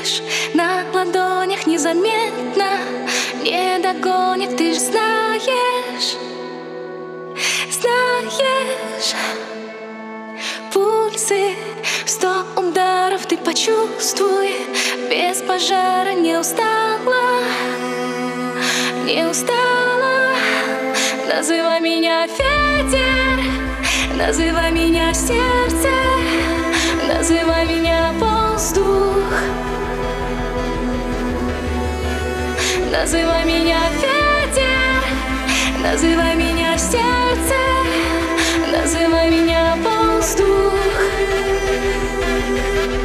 спишь на ладонях незаметно, не догонит, ты ж знаешь, знаешь. Пульсы, 100 ударов ты почувствуй, без пожара не устала, не устала. Называй меня ветер, называй меня сердце, называй меня воздух, называй меня ветер, называй меня сердце, называй меня воздух.